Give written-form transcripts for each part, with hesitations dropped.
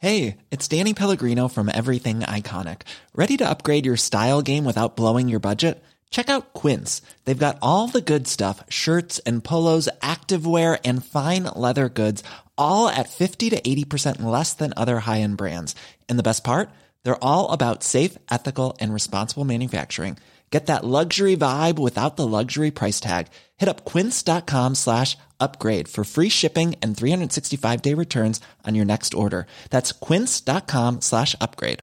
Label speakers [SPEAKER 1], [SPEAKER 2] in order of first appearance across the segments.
[SPEAKER 1] Hey, it's Danny Pellegrino from Everything Iconic. Ready to upgrade your style game without blowing your budget? Check out Quince. They've got all the good stuff, shirts and polos, activewear, and fine leather goods, all at 50 to 80% less than other high-end brands. And the best part? They're all about safe, ethical, and responsible manufacturing. Get that luxury vibe without the luxury price tag. Hit up quince.com/upgrade for free shipping and 365-day returns on your next order. That's quince.com/upgrade.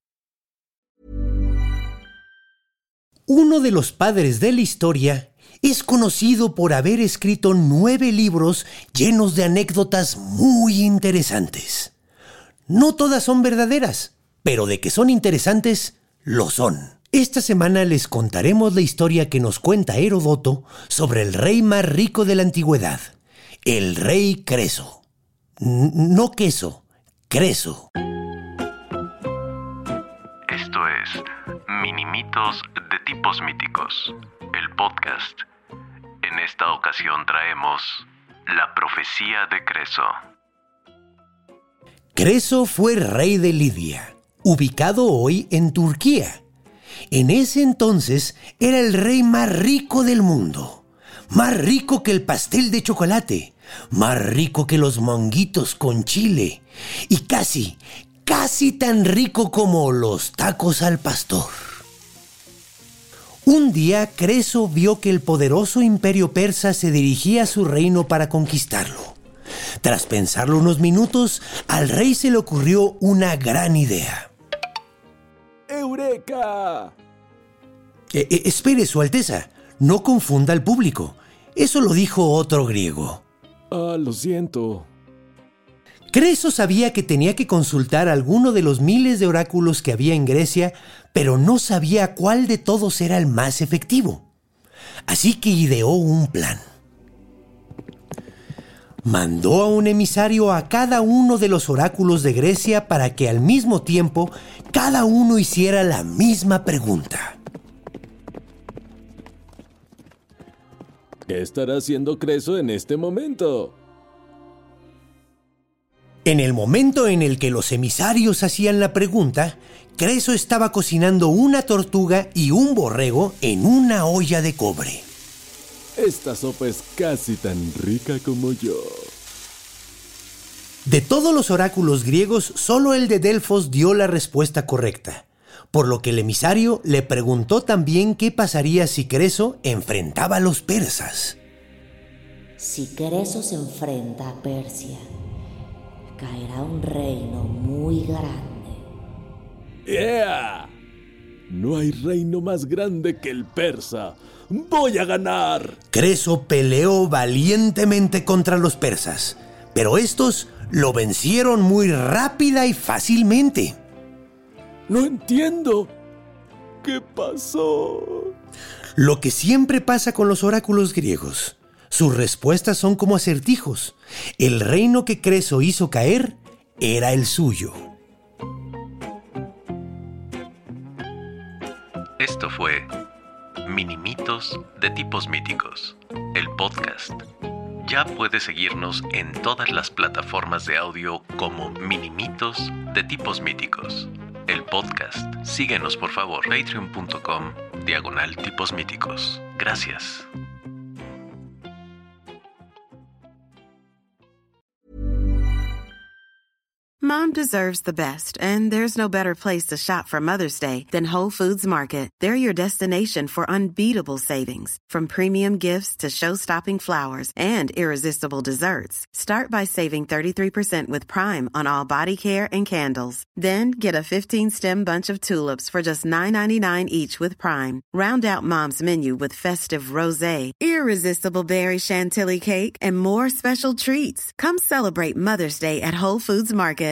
[SPEAKER 2] Uno de los padres de la historia es conocido por haber escrito 9 libros llenos de anécdotas muy interesantes. No todas son verdaderas, pero de que son interesantes, lo son. Esta semana les contaremos la historia que nos cuenta Heródoto sobre el rey más rico de la antigüedad, el rey Creso. No queso, Creso.
[SPEAKER 3] Esto es Minimitos de Tipos Míticos, el podcast. En esta ocasión traemos la profecía de Creso.
[SPEAKER 2] Creso fue rey de Lidia, ubicado hoy en Turquía. En ese entonces era el rey más rico del mundo, más rico que el pastel de chocolate, más rico que los manguitos con chile y casi tan rico como los tacos al pastor. Un día Creso vio que el poderoso imperio persa se dirigía a su reino para conquistarlo. Tras pensarlo unos minutos, al rey se le ocurrió una gran idea.
[SPEAKER 4] ¡Eureka!
[SPEAKER 2] Espere, Su Alteza, no confunda al público. Eso lo dijo otro griego.
[SPEAKER 4] Lo siento.
[SPEAKER 2] Creso sabía que tenía que consultar alguno de los miles de oráculos que había en Grecia, pero no sabía cuál de todos era el más efectivo. Así que ideó un plan. Mandó a un emisario a cada uno de los oráculos de Grecia para que al mismo tiempo cada uno hiciera la misma pregunta.
[SPEAKER 4] ¿Qué estará haciendo Creso en este momento?
[SPEAKER 2] En el momento en el que los emisarios hacían la pregunta, Creso estaba cocinando una tortuga y un borrego en una olla de cobre.
[SPEAKER 4] Esta sopa es casi tan rica como yo.
[SPEAKER 2] De todos los oráculos griegos, solo el de Delfos dio la respuesta correcta, por lo que el emisario le preguntó también qué pasaría si Creso enfrentaba a los persas.
[SPEAKER 5] Si Creso se enfrenta a Persia, caerá un reino muy grande.
[SPEAKER 4] ¡Yeah! No hay reino más grande que el persa. ¡Voy a ganar!
[SPEAKER 2] Creso peleó valientemente contra los persas, pero estos lo vencieron muy rápida y fácilmente.
[SPEAKER 4] No entiendo. ¿Qué pasó?
[SPEAKER 2] Lo que siempre pasa con los oráculos griegos. Sus respuestas son como acertijos. El reino que Creso hizo caer era el suyo.
[SPEAKER 3] Esto fue Minimitos de Tipos Míticos, el podcast. Ya puedes seguirnos en todas las plataformas de audio como Minimitos de Tipos Míticos, el podcast. Síguenos por favor, patreon.com/Tipos Míticos. Gracias.
[SPEAKER 6] Mom deserves the best, and there's no better place to shop for Mother's Day than Whole Foods Market. They're your destination for unbeatable savings, from premium gifts to show-stopping flowers and irresistible desserts. Start by saving 33% with Prime on all body care and candles. Then get a 15-stem bunch of tulips for just $9.99 each with Prime. Round out Mom's menu with festive rosé, irresistible berry chantilly cake, and more special treats. Come celebrate Mother's Day at Whole Foods Market.